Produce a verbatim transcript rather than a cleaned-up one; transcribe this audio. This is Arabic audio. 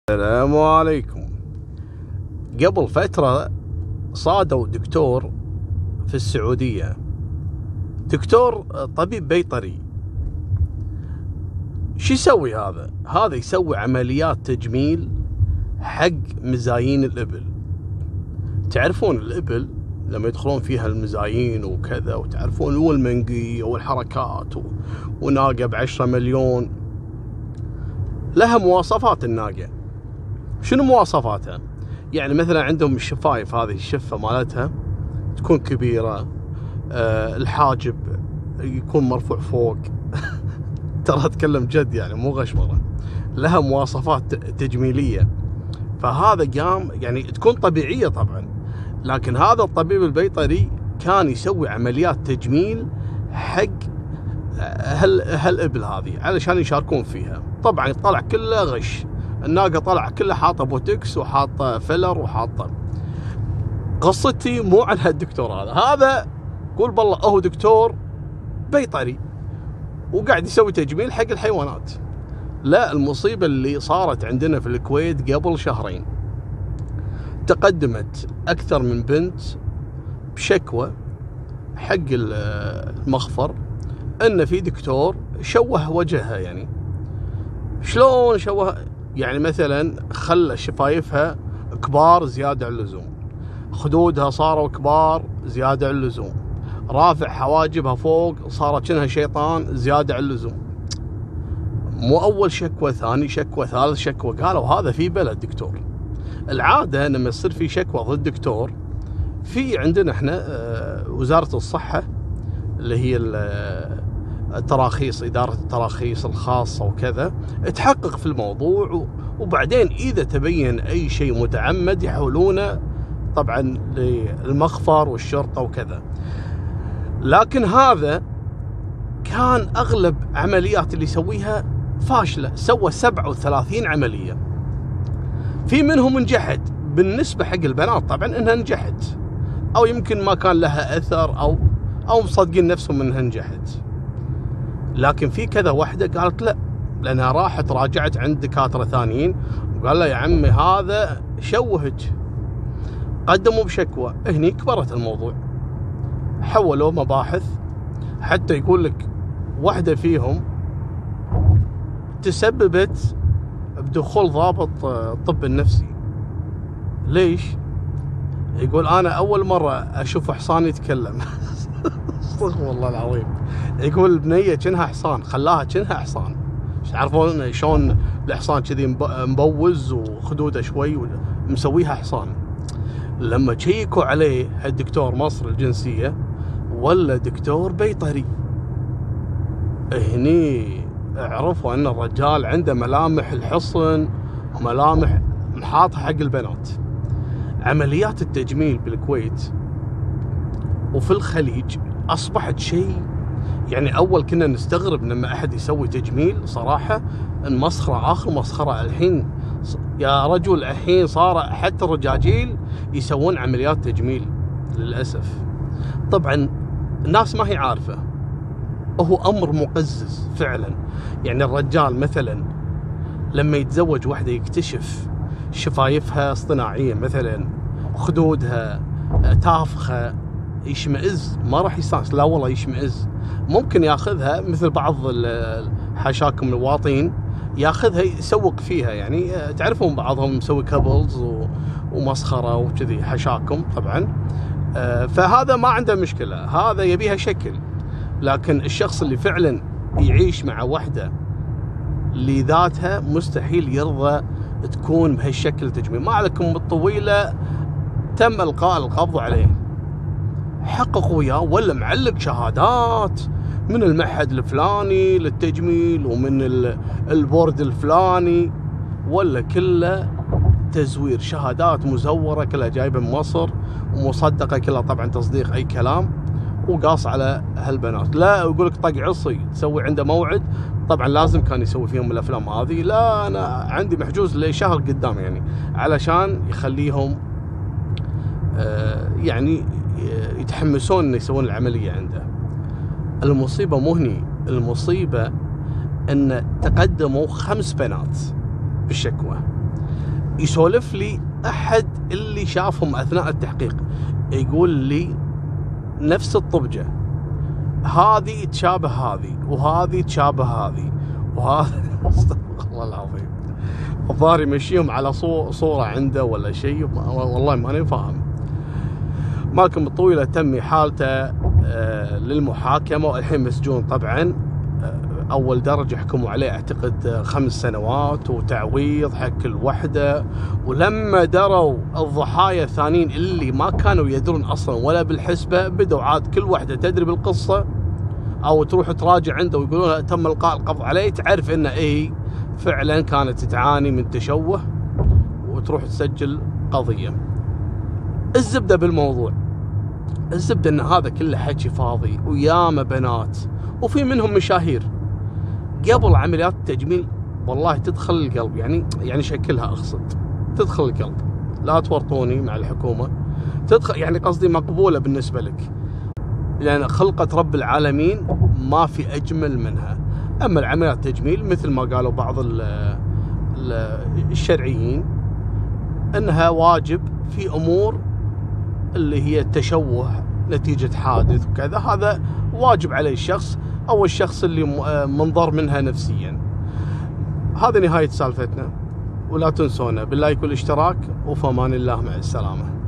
السلام عليكم. قبل فترة صادوا دكتور في السعودية، دكتور طبيب بيطري. شو يسوي هذا؟ هذا يسوي عمليات تجميل حق مزايين الإبل. تعرفون الإبل لما يدخلون فيها المزايين وكذا، وتعرفون والمنقية والحركات وناقة بعشرة مليون، لها مواصفات الناقة. شنو مواصفاتها؟ يعني مثلا عندهم الشفايف، هذه الشفة مالتها تكون كبيرة، أه الحاجب يكون مرفوع فوق ترى اتكلم جد يعني مو غشمرة، لها مواصفات تجميلية. فهذا قام يعني تكون طبيعية طبعا، لكن هذا الطبيب البيطري كان يسوي عمليات تجميل حق هال هالإبل هذه علشان يشاركون فيها. طبعا طلع كله غش، الناقة طلع كلها حاطة بوتكس وحاطة فيلر وحاطة. قصتي مو عن هالدكتور هذا، هذا قول بالله هو دكتور بيطري وقاعد يسوي تجميل حق الحيوانات. لا، المصيبة اللي صارت عندنا في الكويت قبل شهرين، تقدمت أكثر من بنت بشكوى حق المخفر أن في دكتور شوه وجهها. يعني شلون شوه؟ يعني مثلا خلى شفايفها كبار زيادة عن اللزوم، خدودها صاروا كبار زيادة عن اللزوم، رافع حواجبها فوق صارت شنها شيطان زيادة عن اللزوم. مو أول شكوى، ثاني شكوى، ثالث شكوى، قالوا هذا في بلد دكتور. العادة لما يصير في شكوى ضد دكتور، في عندنا احنا وزارة الصحة اللي هي التراخيص، إدارة التراخيص الخاصة وكذا، تحقق في الموضوع، وبعدين إذا تبين أي شيء متعمد يحولونه طبعا للمخفر والشرطة وكذا. لكن هذا كان أغلب عمليات اللي يسويها فاشلة، سوى سبعة وثلاثين عملية، في منهم نجحت بالنسبة حق البنات طبعا إنها نجحت، أو يمكن ما كان لها أثر، أو أو مصدقين نفسهم إنها نجحت. لكن في كذا واحدة قالت لا، لأنها راحت راجعت عند دكاترة ثانيين وقال له يا عمي هذا شوهج، قدموا بشكوى. هني كبرت الموضوع، حولوا مباحث، حتى يقول لك واحدة فيهم تسببت بدخول ضابط الطب النفسي. ليش؟ يقول أنا أول مرة أشوف حصان يتكلم استغفر الله العظيم. يقول البنية كأنها حصان، خلاها كأنها حصان. تعرفون شلون الحصان كذي مبوز وخدوده شوي ومسويها حصان. لما تشيكوا عليه هالدكتور مصر الجنسية ولا دكتور بيطري، هني عرفوا أن الرجال عنده ملامح الحصن وملامح محاطة حق البنات. عمليات التجميل بالكويت وفي الخليج أصبحت شيء يعني أول كنا نستغرب لما أحد يسوي تجميل، صراحة المسخرة آخر مسخرة. الحين يا رجل الحين صار حتى الرجاجيل يسوون عمليات تجميل للأسف. طبعا الناس ما هي عارفة، هو أمر مقزز فعلا. يعني الرجال مثلا لما يتزوج واحدة يكتشف شفايفها اصطناعية مثلا، خدودها تافخة، يشمئز، ما راح يستانس، لا والله يشمئز. ممكن ياخذها مثل بعض حاشاكم الواطين، ياخذها يسوق فيها. يعني تعرفون بعضهم مسوي كابلز ومسخرة وكذي حاشاكم طبعا. فهذا ما عنده مشكلة، هذا يبيها شكل. لكن الشخص اللي فعلا يعيش مع وحدة لذاتها مستحيل يرضى تكون بهالشكل تجميل. ما عليكم بالطويلة تم إلقاء القبض عليه، حققوا وياه، ولا معلق شهادات من المعهد الفلاني للتجميل ومن البورد الفلاني، ولا كله تزوير، شهادات مزورة كلها جايبة من مصر ومصدقة كلها طبعا تصديق أي كلام، وقاص على هالبنات. لا يقول لك طق عصي تسوي عنده موعد، طبعا لازم كان يسوي فيهم الأفلام هذه. لا أنا عندي محجوز لشهر قدام، يعني علشان يخليهم آه يعني يتحمسون إن يسوون العملية عنده. المصيبة مو هني، المصيبة أن تقدموا خمس بنات بالشكوى. يسولف لي احد اللي شافهم اثناء التحقيق، يقول لي نفس الطبجه، هذه تشابه هذه وهذه تشابه هذه وهذا والله العظيم الظاهر يمشيهم على صوره عنده ولا شيء، والله ماني فاهم. مالكم الطويله تم احالته للمحاكمه والحين مسجون طبعا. اول درجه حكموا عليه اعتقد خمس سنوات وتعويض حق كل وحده. ولما دروا الضحايا الثانيين اللي ما كانوا يدرون اصلا ولا بالحسبه، بدوا عاد كل وحده تدري بالقصه او تروح تراجع عنده ويقولون تم القاء القبض عليه، تعرف انه ايه فعلا كانت تعاني من تشوه وتروح تسجل قضيه. الزبده بالموضوع، الزبده ان هذا كله حكي فاضي، وياما بنات وفي منهم مشاهير قبل عمليات التجميل والله تدخل القلب، يعني يعني شكلها اقصد تدخل القلب، لا تورطوني مع الحكومه، تدخل يعني قصدي مقبوله بالنسبه لك، لان خلقه رب العالمين ما في اجمل منها. اما العمليات التجميل مثل ما قالوا بعض ال ال الشرعيين انها واجب في امور اللي هي التشوه نتيجه حادث وكذا، هذا واجب عليه الشخص او الشخص اللي منضر منها نفسيا. هذه نهايه سالفتنا، ولا تنسونا باللايك والاشتراك، وفي امان الله، مع السلامه.